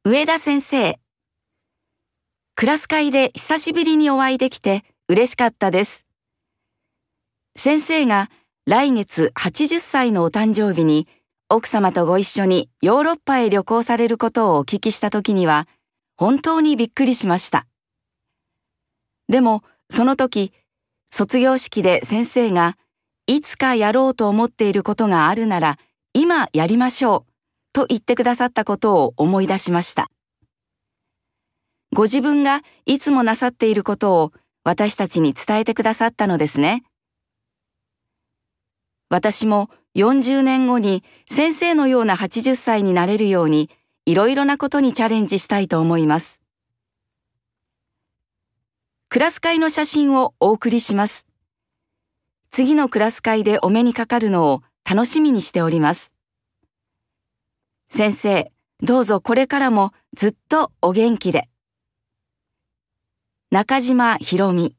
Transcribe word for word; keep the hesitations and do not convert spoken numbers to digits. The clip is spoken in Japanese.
上田先生、クラス会で久しぶりにお会いできて嬉しかったです。先生が来月はちじゅっさいのお誕生日に奥様とご一緒にヨーロッパへ旅行されることをお聞きしたときには本当にびっくりしました。でもその時、卒業式で先生がいつかやろうと思っていることがあるなら今やりましょうと言ってくださったことを思い出しました。ご自分がいつもなさっていることを私たちに伝えてくださったのですね。私もよんじゅうねんごに先生のようなはちじゅっさいになれるようにいろいろなことにチャレンジしたいと思います。クラス会の写真をお送りします。次のクラス会でお目にかかるのを楽しみにしております。先生、どうぞこれからもずっとお元気で。中島ひろみ。